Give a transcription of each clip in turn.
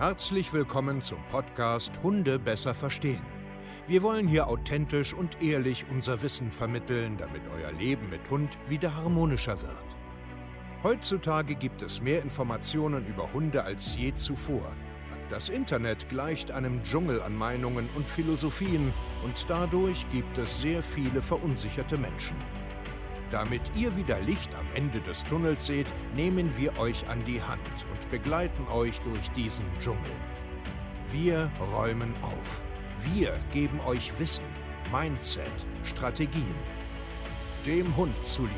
Herzlich willkommen zum Podcast Hunde besser verstehen. Wir wollen hier authentisch und ehrlich unser Wissen vermitteln, damit euer Leben mit Hund wieder harmonischer wird. Heutzutage gibt es mehr Informationen über Hunde als je zuvor. Das Internet gleicht einem Dschungel an Meinungen und Philosophien und dadurch gibt es sehr viele verunsicherte Menschen. Damit ihr wieder Licht am Ende des Tunnels seht, nehmen wir euch an die Hand und begleiten euch durch diesen Dschungel. Wir räumen auf. Wir geben euch Wissen, Mindset, Strategien. Dem Hund zuliebe.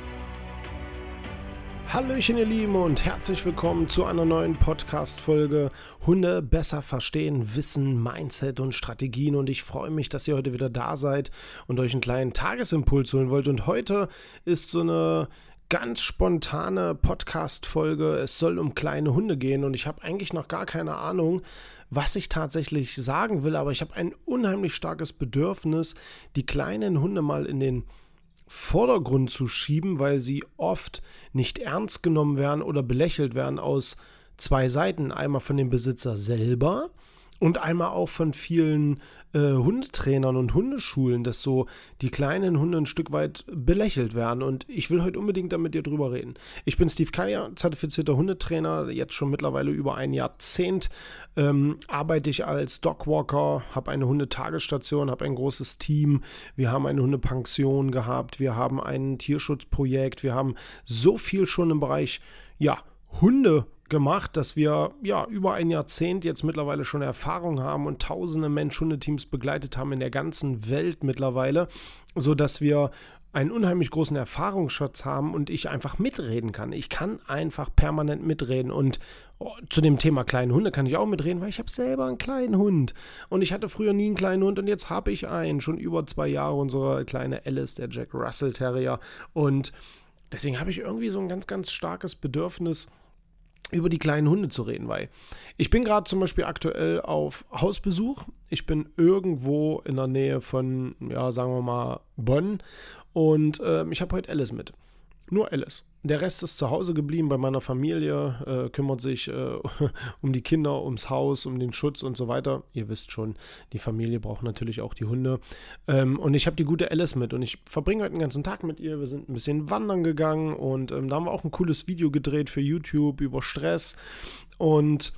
Hallöchen ihr Lieben und herzlich willkommen zu einer neuen Podcast-Folge Hunde besser verstehen, Wissen, Mindset und Strategien, und ich freue mich, dass ihr heute wieder da seid und euch einen kleinen Tagesimpuls holen wollt. Und heute ist so eine ganz spontane Podcast-Folge. Es soll um kleine Hunde gehen und ich habe eigentlich noch gar keine Ahnung, was ich tatsächlich sagen will, aber ich habe ein unheimlich starkes Bedürfnis, die kleinen Hunde mal in den Vordergrund zu schieben, weil sie oft nicht ernst genommen werden oder belächelt werden aus zwei Seiten. Einmal von dem Besitzer selber und einmal auch von vielen Hundetrainern und Hundeschulen, dass so die kleinen Hunde ein Stück weit belächelt werden. Und ich will heute unbedingt mit dir drüber reden. Ich bin Steve Kaya, zertifizierter Hundetrainer, jetzt schon mittlerweile über ein Jahrzehnt. Arbeite ich als Dogwalker, habe eine Hundetagestation, habe ein großes Team. Wir haben eine Hundepension gehabt, wir haben ein Tierschutzprojekt, wir haben so viel schon im Bereich Hunde gemacht, dass wir über ein Jahrzehnt jetzt mittlerweile schon Erfahrung haben und tausende Mensch-Hunde-Teams begleitet haben in der ganzen Welt mittlerweile, sodass wir einen unheimlich großen Erfahrungsschatz haben und ich einfach mitreden kann. Ich kann einfach permanent mitreden und zu dem Thema kleinen Hunde kann ich auch mitreden, weil ich habe selber einen kleinen Hund und ich hatte früher nie einen kleinen Hund und jetzt habe ich einen, schon über 2 Jahre, unsere kleine Alice, der Jack Russell Terrier, und deswegen habe ich irgendwie so ein ganz, ganz starkes Bedürfnis, über die kleinen Hunde zu reden, weil ich bin gerade zum Beispiel aktuell auf Hausbesuch. Ich bin irgendwo in der Nähe von, sagen wir mal, Bonn, und ich habe heute Alice mit. Nur Alice. Der Rest ist zu Hause geblieben bei meiner Familie, kümmert sich um die Kinder, ums Haus, um den Schutz und so weiter. Ihr wisst schon, die Familie braucht natürlich auch die Hunde. Und ich habe die gute Alice mit und ich verbringe heute den ganzen Tag mit ihr. Wir sind ein bisschen wandern gegangen und da haben wir auch ein cooles Video gedreht für YouTube über Stress. Und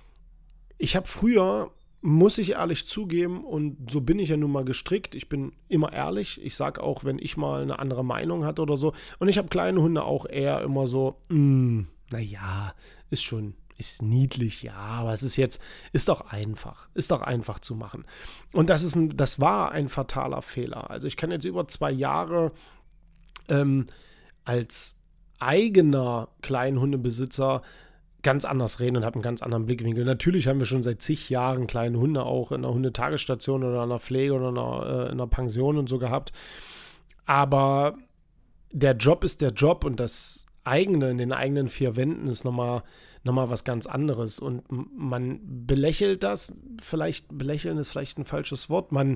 ich habe früher, muss ich ehrlich zugeben, und so bin ich ja nun mal gestrickt, ich bin immer ehrlich, ich sage auch, wenn ich mal eine andere Meinung hatte oder so, und ich habe kleine Hunde auch eher immer so, ist niedlich, ja, aber es ist doch einfach zu machen. Und das war ein fataler Fehler. Also ich kann jetzt über 2 Jahre als eigener Kleinhundebesitzer ganz anders reden und habe einen ganz anderen Blickwinkel. Natürlich haben wir schon seit zig Jahren kleine Hunde auch in einer Hundetagestation oder in einer Pflege oder in einer Pension und so gehabt. Aber der Job ist der Job und das eigene in den eigenen 4 Wänden ist nochmal was ganz anderes. Und man belächelt das, belächeln ist vielleicht ein falsches Wort, man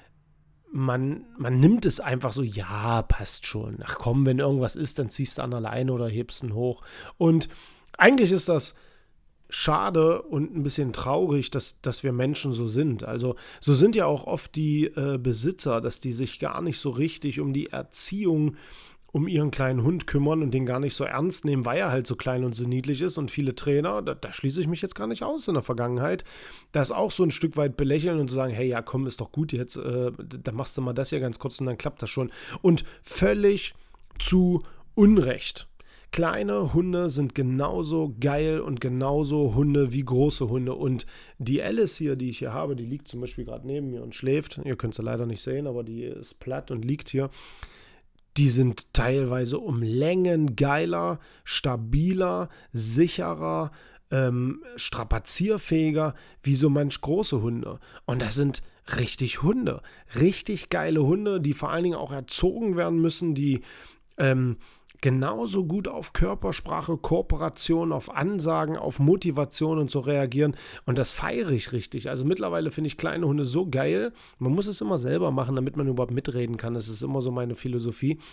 nimmt es einfach so, ja, passt schon. Ach komm, wenn irgendwas ist, dann ziehst du an der Leine oder hebst ihn hoch. Und eigentlich ist das schade und ein bisschen traurig, dass wir Menschen so sind. Also so sind ja auch oft die Besitzer, dass die sich gar nicht so richtig um die Erziehung, um ihren kleinen Hund kümmern und den gar nicht so ernst nehmen, weil er halt so klein und so niedlich ist. Und viele Trainer, da schließe ich mich jetzt gar nicht aus in der Vergangenheit, das auch so ein Stück weit belächeln und zu sagen, hey, ja komm, ist doch gut, jetzt dann machst du mal das hier ganz kurz und dann klappt das schon. Und völlig zu Unrecht. Kleine Hunde sind genauso geil und genauso Hunde wie große Hunde. Und die Alice hier, die ich hier habe, die liegt zum Beispiel gerade neben mir und schläft. Ihr könnt sie leider nicht sehen, aber die ist platt und liegt hier. Die sind teilweise um Längen geiler, stabiler, sicherer, strapazierfähiger wie so manch große Hunde. Und das sind richtig Hunde. Richtig geile Hunde, die vor allen Dingen auch erzogen werden müssen, die genauso gut auf Körpersprache, Kooperation, auf Ansagen, auf Motivation und so reagieren. Und das feiere ich richtig. Also mittlerweile finde ich kleine Hunde so geil. Man muss es immer selber machen, damit man überhaupt mitreden kann. Das ist immer so meine Philosophie.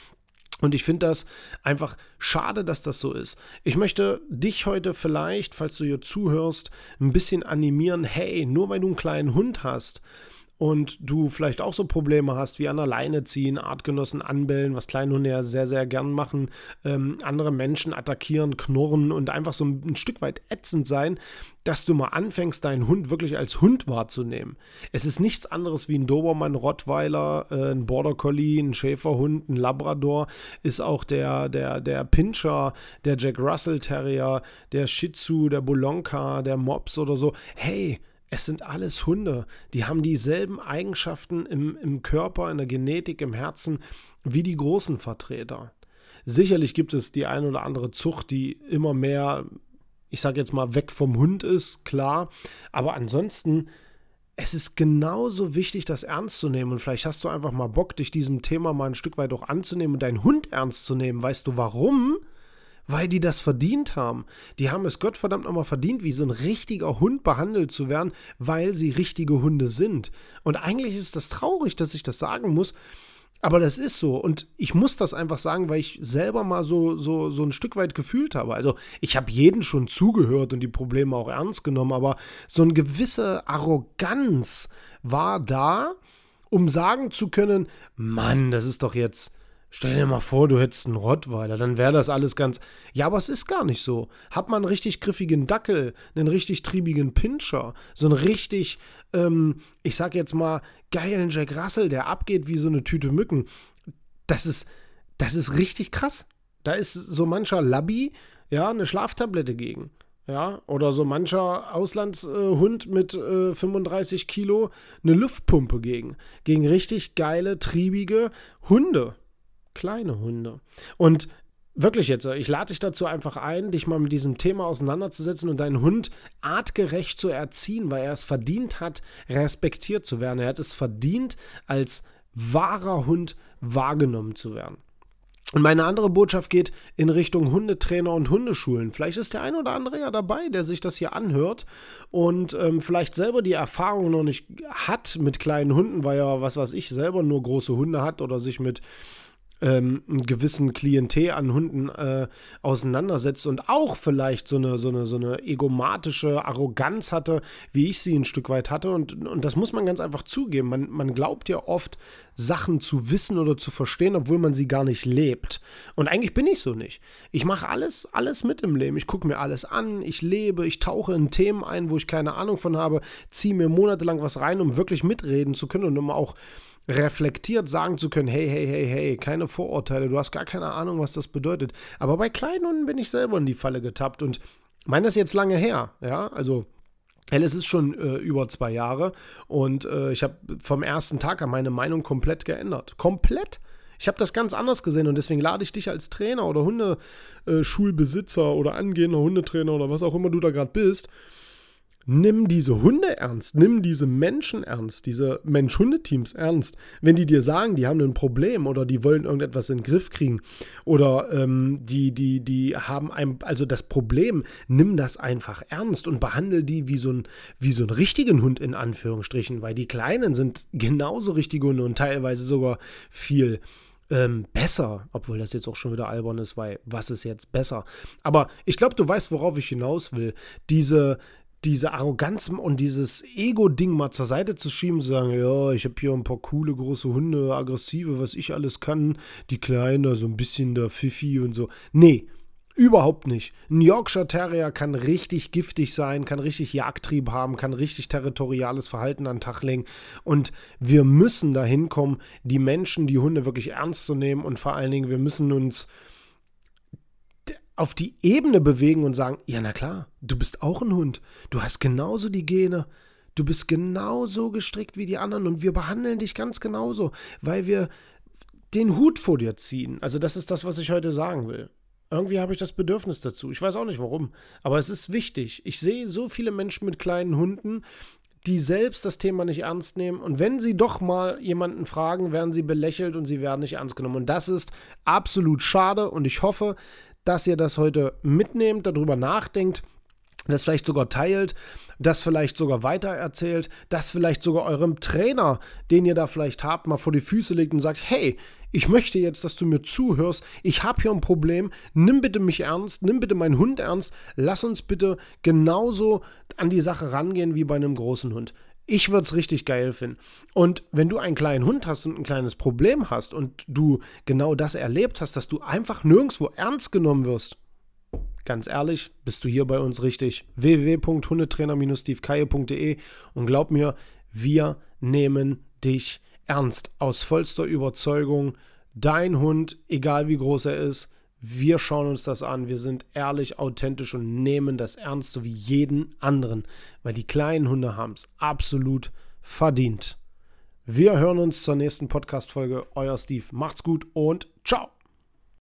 Und ich finde das einfach schade, dass das so ist. Ich möchte dich heute vielleicht, falls du hier zuhörst, ein bisschen animieren, hey, nur weil du einen kleinen Hund hast und du vielleicht auch so Probleme hast wie an der Leine ziehen, Artgenossen anbellen, was kleine Hunde ja sehr, sehr gern machen, andere Menschen attackieren, knurren und einfach so ein Stück weit ätzend sein, dass du mal anfängst, deinen Hund wirklich als Hund wahrzunehmen. Es ist nichts anderes wie ein Dobermann, Rottweiler, ein Border Collie, ein Schäferhund, ein Labrador, ist auch der Pinscher, der Jack Russell Terrier, der Shih Tzu, der Bolonka, der Mops oder so. Hey, es sind alles Hunde, die haben dieselben Eigenschaften im Körper, in der Genetik, im Herzen wie die großen Vertreter. Sicherlich gibt es die eine oder andere Zucht, die immer mehr, ich sage jetzt mal, weg vom Hund ist, klar. Aber ansonsten, es ist genauso wichtig, das ernst zu nehmen. Und vielleicht hast du einfach mal Bock, dich diesem Thema mal ein Stück weit auch anzunehmen und deinen Hund ernst zu nehmen. Weißt du warum? Weil die das verdient haben. Die haben es Gottverdammt nochmal verdient, wie so ein richtiger Hund behandelt zu werden, weil sie richtige Hunde sind. Und eigentlich ist das traurig, dass ich das sagen muss, aber das ist so. Und ich muss das einfach sagen, weil ich selber mal so ein Stück weit gefühlt habe. Also ich habe jeden schon zugehört und die Probleme auch ernst genommen, aber so eine gewisse Arroganz war da, um sagen zu können, Mann, das ist doch jetzt... Stell dir mal vor, du hättest einen Rottweiler, dann wäre das alles ganz... Ja, aber es ist gar nicht so. Hat man einen richtig griffigen Dackel, einen richtig triebigen Pinscher, so einen richtig, ich sag jetzt mal, geilen Jack Russell, der abgeht wie so eine Tüte Mücken. Das ist richtig krass. Da ist so mancher Labby, ja, eine Schlaftablette gegen. Ja, oder so mancher Auslandshund mit 35 Kilo eine Luftpumpe gegen. Gegen richtig geile, triebige Hunde. Kleine Hunde. Und wirklich jetzt, ich lade dich dazu einfach ein, dich mal mit diesem Thema auseinanderzusetzen und deinen Hund artgerecht zu erziehen, weil er es verdient hat, respektiert zu werden. Er hat es verdient, als wahrer Hund wahrgenommen zu werden. Und meine andere Botschaft geht in Richtung Hundetrainer und Hundeschulen. Vielleicht ist der ein oder andere ja dabei, der sich das hier anhört und vielleicht selber die Erfahrung noch nicht hat mit kleinen Hunden, weil er, was weiß ich, selber nur große Hunde hat oder sich mit einen gewissen Klientel an Hunden auseinandersetzt und auch vielleicht so eine egomatische Arroganz hatte, wie ich sie ein Stück weit hatte. Und das muss man ganz einfach zugeben. Man glaubt ja oft, Sachen zu wissen oder zu verstehen, obwohl man sie gar nicht lebt. Und eigentlich bin ich so nicht. Ich mache alles mit im Leben. Ich gucke mir alles an, ich lebe, ich tauche in Themen ein, wo ich keine Ahnung von habe, ziehe mir monatelang was rein, um wirklich mitreden zu können und um auch reflektiert sagen zu können, hey, keine Vorurteile, du hast gar keine Ahnung, was das bedeutet. Aber bei kleinen Hunden bin ich selber in die Falle getappt und meine ist jetzt lange her, ja, also es ist schon über 2 Jahre und ich habe vom ersten Tag an meine Meinung komplett geändert. Komplett. Ich habe das ganz anders gesehen und deswegen lade ich dich als Trainer oder Hundeschulbesitzer oder angehender Hundetrainer oder was auch immer du da gerade bist, nimm diese Hunde ernst, nimm diese Menschen ernst, diese Mensch-Hunde-Teams ernst. Wenn die dir sagen, die haben ein Problem oder die wollen irgendetwas in den Griff kriegen oder die haben also das Problem, nimm das einfach ernst und behandle die wie so einen richtigen Hund in Anführungsstrichen, weil die Kleinen sind genauso richtige Hunde und teilweise sogar viel besser, obwohl das jetzt auch schon wieder albern ist, weil was ist jetzt besser? Aber ich glaube, du weißt, worauf ich hinaus will. Diese Arroganz und dieses Ego-Ding mal zur Seite zu schieben, zu sagen, ja, ich habe hier ein paar coole, große Hunde, aggressive, was ich alles kann, die Kleine, so ein bisschen der Pfiffi und so. Nee, überhaupt nicht. Ein Yorkshire Terrier kann richtig giftig sein, kann richtig Jagdtrieb haben, kann richtig territoriales Verhalten an den Tag legen und wir müssen dahin kommen, die Menschen, die Hunde wirklich ernst zu nehmen und vor allen Dingen, wir müssen uns auf die Ebene bewegen und sagen, ja na klar, du bist auch ein Hund, du hast genauso die Gene, du bist genauso gestrickt wie die anderen und wir behandeln dich ganz genauso, weil wir den Hut vor dir ziehen. Also das ist das, was ich heute sagen will. Irgendwie habe ich das Bedürfnis dazu, ich weiß auch nicht warum, aber es ist wichtig. Ich sehe so viele Menschen mit kleinen Hunden, die selbst das Thema nicht ernst nehmen und wenn sie doch mal jemanden fragen, werden sie belächelt und sie werden nicht ernst genommen und das ist absolut schade und ich hoffe, dass ihr das heute mitnehmt, darüber nachdenkt, das vielleicht sogar teilt, das vielleicht sogar weitererzählt, das vielleicht sogar eurem Trainer, den ihr da vielleicht habt, mal vor die Füße legt und sagt, hey, ich möchte jetzt, dass du mir zuhörst, ich habe hier ein Problem, nimm bitte mich ernst, nimm bitte meinen Hund ernst, lass uns bitte genauso an die Sache rangehen wie bei einem großen Hund. Ich würde es richtig geil finden. Und wenn du einen kleinen Hund hast und ein kleines Problem hast und du genau das erlebt hast, dass du einfach nirgendwo ernst genommen wirst, ganz ehrlich, bist du hier bei uns richtig. www.hundetrainer-stevekaye.de und glaub mir, wir nehmen dich ernst. Aus vollster Überzeugung. Dein Hund, egal wie groß er ist, wir schauen uns das an. Wir sind ehrlich, authentisch und nehmen das ernst, so wie jeden anderen. Weil die kleinen Hunde haben es absolut verdient. Wir hören uns zur nächsten Podcast-Folge. Euer Steve. Macht's gut und ciao.